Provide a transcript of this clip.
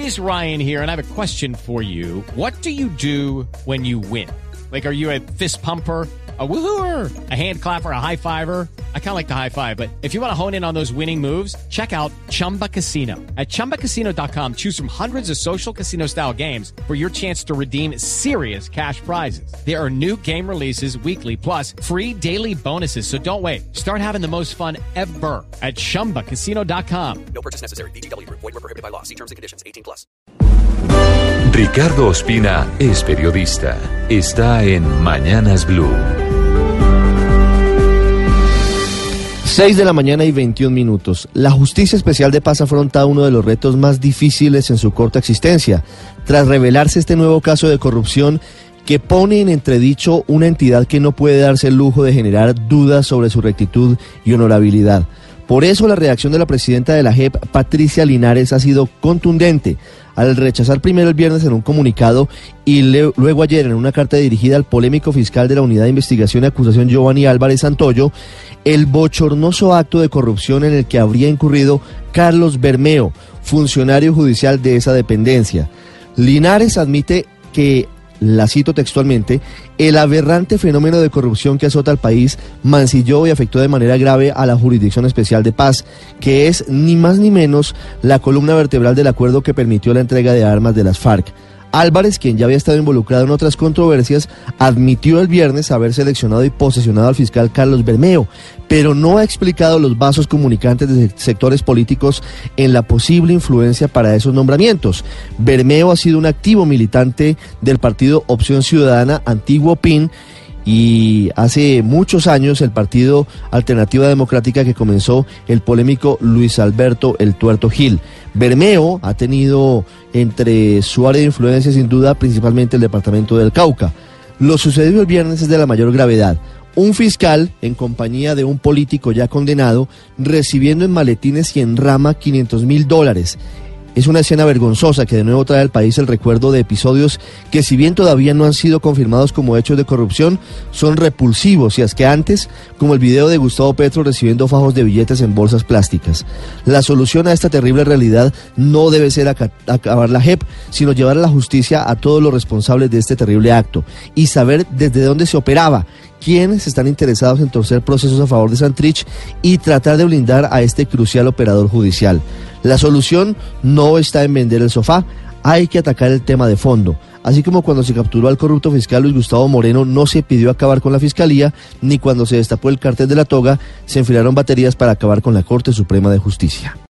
is Ryan here, and I have a question for you. What do you do when you win? Like, are you a fist pumper, a woohooer, a hand clapper, a high fiver? I kind of like the high five, but if you want to hone in on those winning moves, check out Chumba Casino. At ChumbaCasino.com, choose from hundreds of social casino-style games for your chance to redeem serious cash prizes. There are new game releases weekly, plus free daily bonuses, so don't wait. Start having the most fun ever at ChumbaCasino.com. No purchase necessary. VGW Group. Void where prohibited by law. See terms and conditions. 18+. Ricardo Ospina es periodista. Está en Mañanas Blue. 6 de la mañana y 21 minutos. La Justicia Especial de Paz afronta uno de los retos más difíciles en su corta existencia, tras revelarse este nuevo caso de corrupción que pone en entredicho una entidad que no puede darse el lujo de generar dudas sobre su rectitud y honorabilidad. Por eso la reacción de la presidenta de la JEP, Patricia Linares, ha sido contundente al rechazar primero el viernes en un comunicado y luego ayer en una carta dirigida al polémico fiscal de la Unidad de Investigación y Acusación, Giovanni Álvarez Santoyo, el bochornoso acto de corrupción en el que habría incurrido Carlos Bermeo, funcionario judicial de esa dependencia. Linares admite que, la cito textualmente, el aberrante fenómeno de corrupción que azota al país mancilló y afectó de manera grave a la Jurisdicción Especial de Paz, que es ni más ni menos la columna vertebral del acuerdo que permitió la entrega de armas de las FARC. Álvarez, quien ya había estado involucrado en otras controversias, admitió el viernes haber seleccionado y posesionado al fiscal Carlos Bermeo, pero no ha explicado los vasos comunicantes de sectores políticos en la posible influencia para esos nombramientos. Bermeo ha sido un activo militante del partido Opción Ciudadana, antiguo PIN, y hace muchos años el partido Alternativa Democrática que comenzó el polémico Luis Alberto El Tuerto Gil. Bermeo ha tenido entre su área de influencia sin duda principalmente el departamento del Cauca. Lo sucedido el viernes es de la mayor gravedad. Un fiscal, en compañía de un político ya condenado, recibiendo en maletines y en rama $500,000. Es una escena vergonzosa que de nuevo trae al país el recuerdo de episodios que, si bien todavía no han sido confirmados como hechos de corrupción, son repulsivos y asqueantes, como el video de Gustavo Petro recibiendo fajos de billetes en bolsas plásticas. La solución a esta terrible realidad no debe ser acabar la JEP, sino llevar a la justicia a todos los responsables de este terrible acto y saber desde dónde se operaba, quiénes están interesados en torcer procesos a favor de Santrich y tratar de blindar a este crucial operador judicial. La solución no está en vender el sofá, hay que atacar el tema de fondo. Así como cuando se capturó al corrupto fiscal Luis Gustavo Moreno no se pidió acabar con la fiscalía, ni cuando se destapó el cártel de la toga se enfilaron baterías para acabar con la Corte Suprema de Justicia.